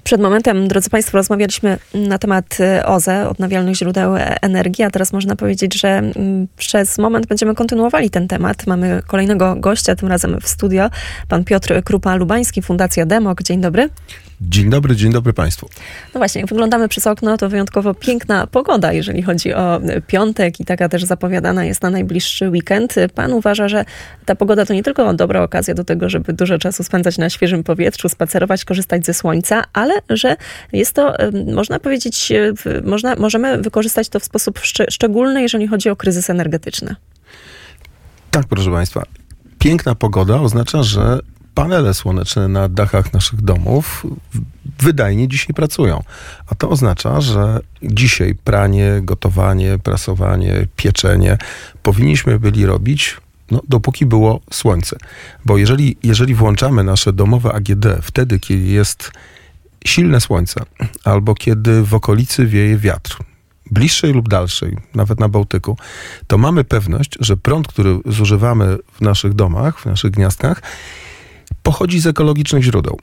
Przed momentem, drodzy Państwo, rozmawialiśmy na temat OZE, odnawialnych źródeł energii, a teraz można powiedzieć, że przez moment będziemy kontynuowali ten temat. Mamy kolejnego gościa, tym razem w studio, pan Piotr Krupa-Lubański, Fundacja Demok. Dzień dobry. Dzień dobry Państwu. No właśnie, jak wyglądamy przez okno, to wyjątkowo piękna pogoda, jeżeli chodzi o piątek i taka też zapowiadana jest na najbliższy weekend. Pan uważa, że ta pogoda to nie tylko dobra okazja do tego, żeby dużo czasu spędzać na świeżym powietrzu, spacerować, korzystać ze słońca, ale że jest to, można powiedzieć, możemy wykorzystać to w sposób szczególny, jeżeli chodzi o kryzys energetyczny. Tak, proszę Państwa. Piękna pogoda oznacza, że panele słoneczne na dachach naszych domów wydajnie dzisiaj pracują. A to oznacza, że dzisiaj pranie, gotowanie, prasowanie, pieczenie powinniśmy byli robić, dopóki było słońce. Bo jeżeli włączamy nasze domowe AGD wtedy, kiedy jest silne słońce, albo kiedy w okolicy wieje wiatr, bliższej lub dalszej, nawet na Bałtyku, to mamy pewność, że prąd, który zużywamy w naszych domach, w naszych gniazdkach, pochodzi z ekologicznych źródeł.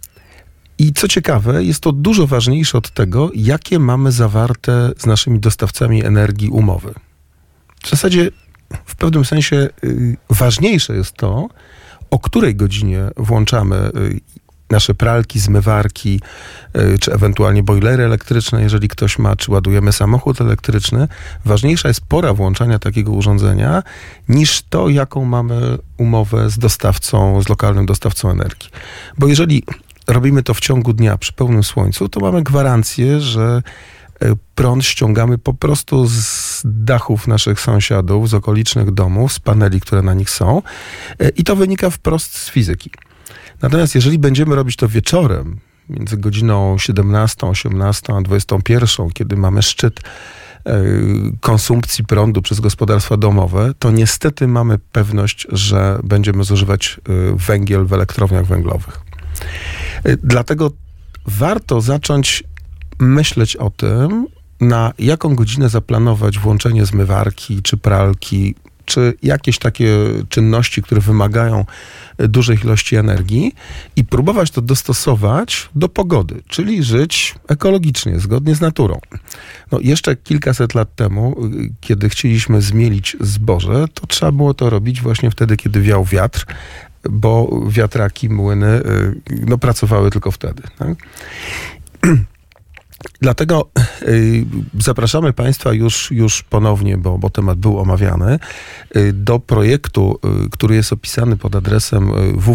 I co ciekawe, jest to dużo ważniejsze od tego, jakie mamy zawarte z naszymi dostawcami energii umowy. W zasadzie w pewnym sensie ważniejsze jest to, o której godzinie włączamy nasze pralki, zmywarki, czy ewentualnie bojlery elektryczne, jeżeli ktoś ma, czy ładujemy samochód elektryczny. Ważniejsza jest pora włączania takiego urządzenia, niż to, jaką mamy umowę z dostawcą, z lokalnym dostawcą energii. Bo jeżeli robimy to w ciągu dnia przy pełnym słońcu, to mamy gwarancję, że prąd ściągamy po prostu z dachów naszych sąsiadów, z okolicznych domów, z paneli, które na nich są. I to wynika wprost z fizyki. Natomiast jeżeli będziemy robić to wieczorem, między godziną 17, 18 a 21, kiedy mamy szczyt konsumpcji prądu przez gospodarstwa domowe, to niestety mamy pewność, że będziemy zużywać węgiel w elektrowniach węglowych. Dlatego warto zacząć myśleć o tym, na jaką godzinę zaplanować włączenie zmywarki czy pralki, czy jakieś takie czynności, które wymagają dużej ilości energii i próbować to dostosować do pogody, czyli żyć ekologicznie, zgodnie z naturą. Jeszcze kilkaset lat temu, kiedy chcieliśmy zmielić zboże, to trzeba było to robić właśnie wtedy, kiedy wiał wiatr, bo wiatraki, młyny pracowały tylko wtedy. Tak? Dlatego zapraszamy Państwa już ponownie, bo temat był omawiany, do projektu, który jest opisany pod adresem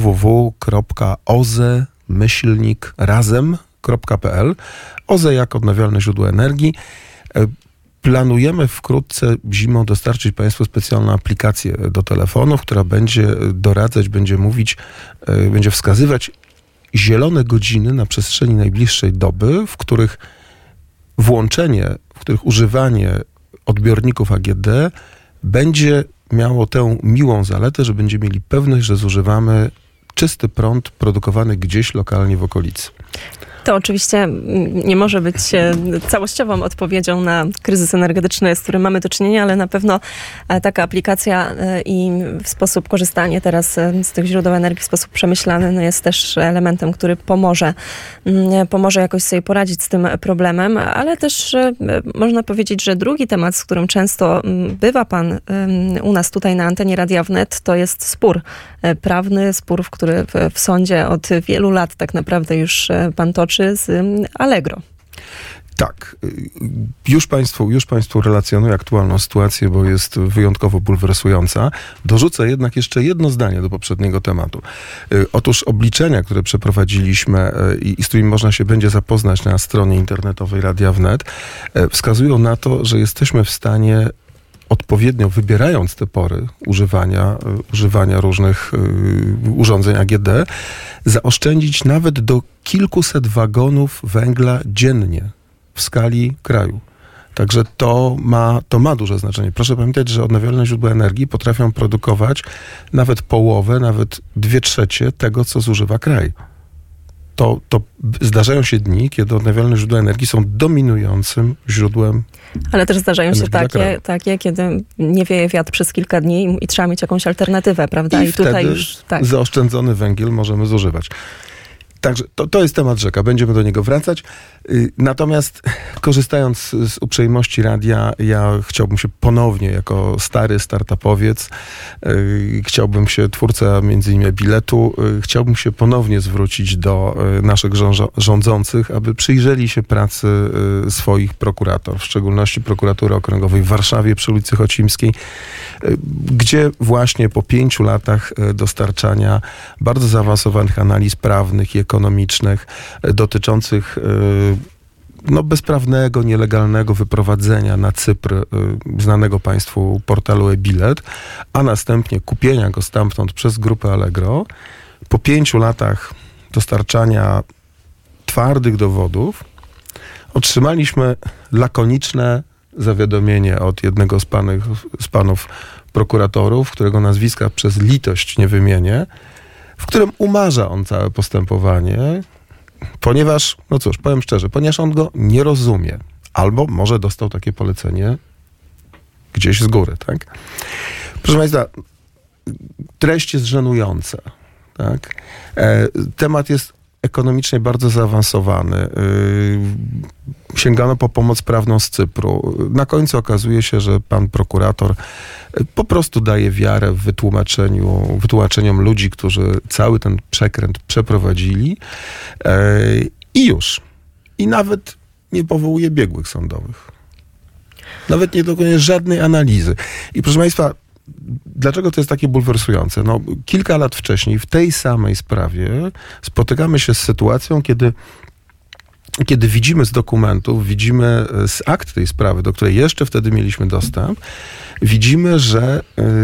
www.oze-razem.pl. OZE jak odnawialne źródło energii. Planujemy wkrótce zimą dostarczyć Państwu specjalną aplikację do telefonów, która będzie doradzać, będzie mówić, będzie wskazywać zielone godziny na przestrzeni najbliższej doby, w których używanie odbiorników AGD będzie miało tę miłą zaletę, że będziemy mieli pewność, że zużywamy czysty prąd produkowany gdzieś lokalnie w okolicy. To oczywiście nie może być całościową odpowiedzią na kryzys energetyczny, z którym mamy do czynienia, ale na pewno taka aplikacja i sposób korzystania teraz z tych źródeł energii w sposób przemyślany jest też elementem, który pomoże jakoś sobie poradzić z tym problemem, ale też można powiedzieć, że drugi temat, z którym często bywa pan u nas tutaj na antenie Radia Wnet, to jest spór prawny, spór, który w sądzie od wielu lat tak naprawdę już pan toczy z Allegro. Tak. Już Państwu relacjonuję aktualną sytuację, bo jest wyjątkowo bulwersująca. Dorzucę jednak jeszcze jedno zdanie do poprzedniego tematu. Otóż obliczenia, które przeprowadziliśmy i z którymi można się będzie zapoznać na stronie internetowej Radia Wnet, wskazują na to, że jesteśmy w stanie odpowiednio wybierając te pory używania różnych urządzeń AGD, zaoszczędzić nawet do kilkuset wagonów węgla dziennie w skali kraju. Także to ma duże znaczenie. Proszę pamiętać, że odnawialne źródła energii potrafią produkować nawet połowę, nawet 2/3 tego, co zużywa kraj. To zdarzają się dni, kiedy odnawialne źródła energii są dominującym źródłem. Ale też zdarzają się takie, kiedy nie wieje wiatr przez kilka dni i trzeba mieć jakąś alternatywę, prawda? I tutaj już zaoszczędzony węgiel możemy zużywać. Także to jest temat rzeka, będziemy do niego wracać. Natomiast korzystając z uprzejmości radia, ja chciałbym się ponownie, jako stary startupowiec, chciałbym się, twórca między innymi Biletu, chciałbym się ponownie zwrócić do naszych rządzących, aby przyjrzeli się pracy swoich prokurator, w szczególności prokuratury okręgowej w Warszawie przy ulicy Chocimskiej, gdzie właśnie po 5 latach dostarczania bardzo zaawansowanych analiz prawnych i ekonomicznych dotyczących bezprawnego, nielegalnego wyprowadzenia na Cypr znanego państwu portalu e-Bilet, a następnie kupienia go stamtąd przez grupę Allegro. Po 5 latach dostarczania twardych dowodów otrzymaliśmy lakoniczne zawiadomienie od jednego z panów prokuratorów, którego nazwiska przez litość nie wymienię, w którym umarza on całe postępowanie, ponieważ, no cóż, powiem szczerze, ponieważ on go nie rozumie. Albo może dostał takie polecenie gdzieś z góry, tak? Proszę Państwa, treść jest żenująca, tak? Temat jest ekonomicznie bardzo zaawansowany. Sięgano po pomoc prawną z Cypru. Na końcu okazuje się, że pan prokurator po prostu daje wiarę w wytłumaczeniom ludzi, którzy cały ten przekręt przeprowadzili i już. I nawet nie powołuje biegłych sądowych. Nawet nie dokonuje żadnej analizy. I proszę Państwa, dlaczego to jest takie bulwersujące? No, kilka lat wcześniej w tej samej sprawie spotykamy się z sytuacją, kiedy widzimy z dokumentów, widzimy z akt tej sprawy, do której jeszcze wtedy mieliśmy dostęp, widzimy, że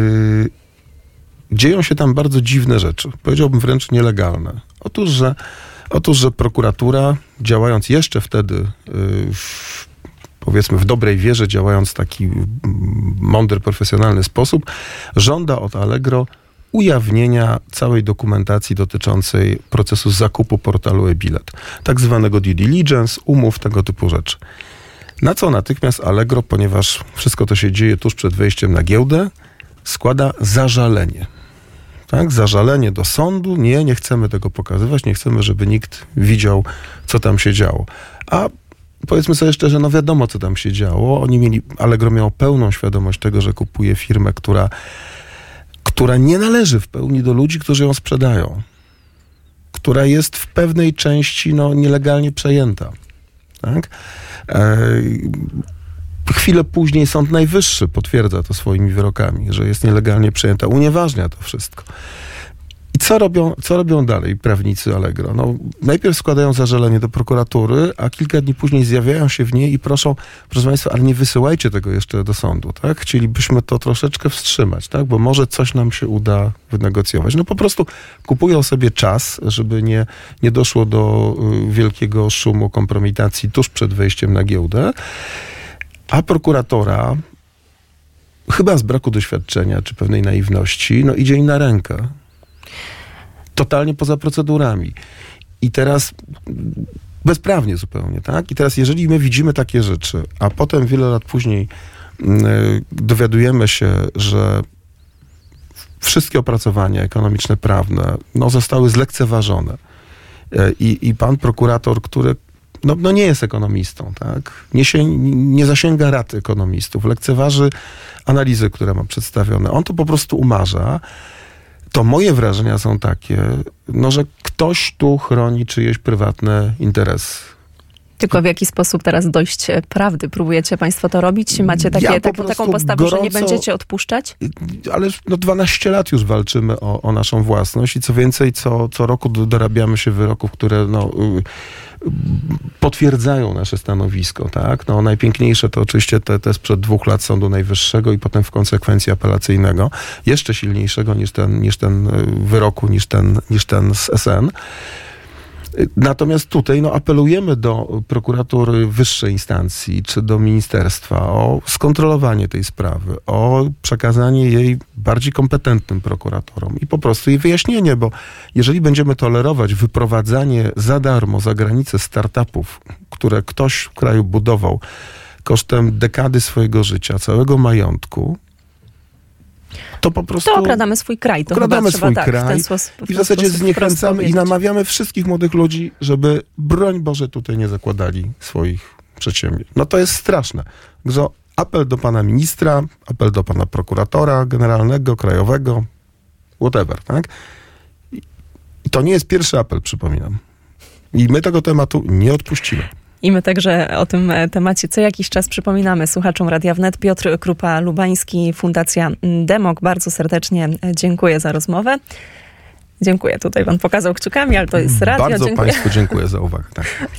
dzieją się tam bardzo dziwne rzeczy. Powiedziałbym wręcz nielegalne. Otóż, że prokuratura, działając jeszcze wtedy powiedzmy w dobrej wierze, działając w taki mądry, profesjonalny sposób, żąda od Allegro ujawnienia całej dokumentacji dotyczącej procesu zakupu portalu e-Bilet. Tak zwanego due diligence, umów, tego typu rzeczy. Na co natychmiast Allegro, ponieważ wszystko to się dzieje tuż przed wejściem na giełdę, składa zażalenie. Tak? Zażalenie do sądu. Nie chcemy tego pokazywać, nie chcemy, żeby nikt widział, co tam się działo. A powiedzmy sobie szczerze, no wiadomo, co tam się działo. Allegro miało pełną świadomość tego, że kupuje firmę, która nie należy w pełni do ludzi, którzy ją sprzedają. Która jest w pewnej części nielegalnie przejęta. Tak? Chwilę później Sąd Najwyższy potwierdza to swoimi wyrokami, że jest nielegalnie przejęta. Unieważnia to wszystko. I co robią dalej prawnicy Allegro? No, najpierw składają zażalenie do prokuratury, a kilka dni później zjawiają się w niej i proszą, proszę Państwa, ale nie wysyłajcie tego jeszcze do sądu, tak? Chcielibyśmy to troszeczkę wstrzymać, tak? Bo może coś nam się uda wynegocjować. No po prostu kupują sobie czas, żeby nie doszło do wielkiego szumu, kompromitacji tuż przed wejściem na giełdę, a prokuratora, chyba z braku doświadczenia czy pewnej naiwności, idzie im na rękę. Totalnie poza procedurami. I teraz bezprawnie zupełnie, tak? I teraz jeżeli my widzimy takie rzeczy, a potem wiele lat później dowiadujemy się, że wszystkie opracowania ekonomiczne, prawne zostały zlekceważone i pan prokurator, który nie jest ekonomistą, tak? Nie zasięga rad ekonomistów, lekceważy analizy, które ma przedstawione. On to po prostu umarza. To moje wrażenia są takie, że ktoś tu chroni czyjeś prywatne interesy. Tylko w jaki sposób teraz dojść prawdy? Próbujecie Państwo to robić? Macie taką postawę, że nie będziecie odpuszczać? Ale 12 lat już walczymy o naszą własność i co więcej, co roku dorabiamy się wyroków, które potwierdzają nasze stanowisko, tak? Najpiękniejsze to oczywiście te sprzed 2 lat Sądu Najwyższego i potem w konsekwencji apelacyjnego, jeszcze silniejszego niż ten wyroku, niż ten z SN. Natomiast tutaj apelujemy do prokuratury wyższej instancji czy do ministerstwa o skontrolowanie tej sprawy, o przekazanie jej bardziej kompetentnym prokuratorom i po prostu jej wyjaśnienie, bo jeżeli będziemy tolerować wyprowadzanie za darmo za granicę startupów, które ktoś w kraju budował kosztem dekady swojego życia, całego majątku, to po prostu... To okradamy swój kraj. To okradamy chyba trzeba swój kraj w ten sposób, i w zasadzie sposób zniechęcamy i powiedzieć. namawiamy wszystkich młodych ludzi, żeby broń Boże tutaj nie zakładali swoich przedsiębiorstw. No to jest straszne. Także apel do pana ministra, apel do pana prokuratora generalnego, krajowego, whatever, tak? I to nie jest pierwszy apel, przypominam. I my tego tematu nie odpuścimy. I my także o tym temacie co jakiś czas przypominamy słuchaczom Radia Wnet. Piotr Krupa-Lubański, Fundacja Demok. Bardzo serdecznie dziękuję za rozmowę. Dziękuję. Tutaj pan pokazał kciukami, ale to jest radio. Bardzo Dziękuję. państwu dziękuję za uwagę. Tak.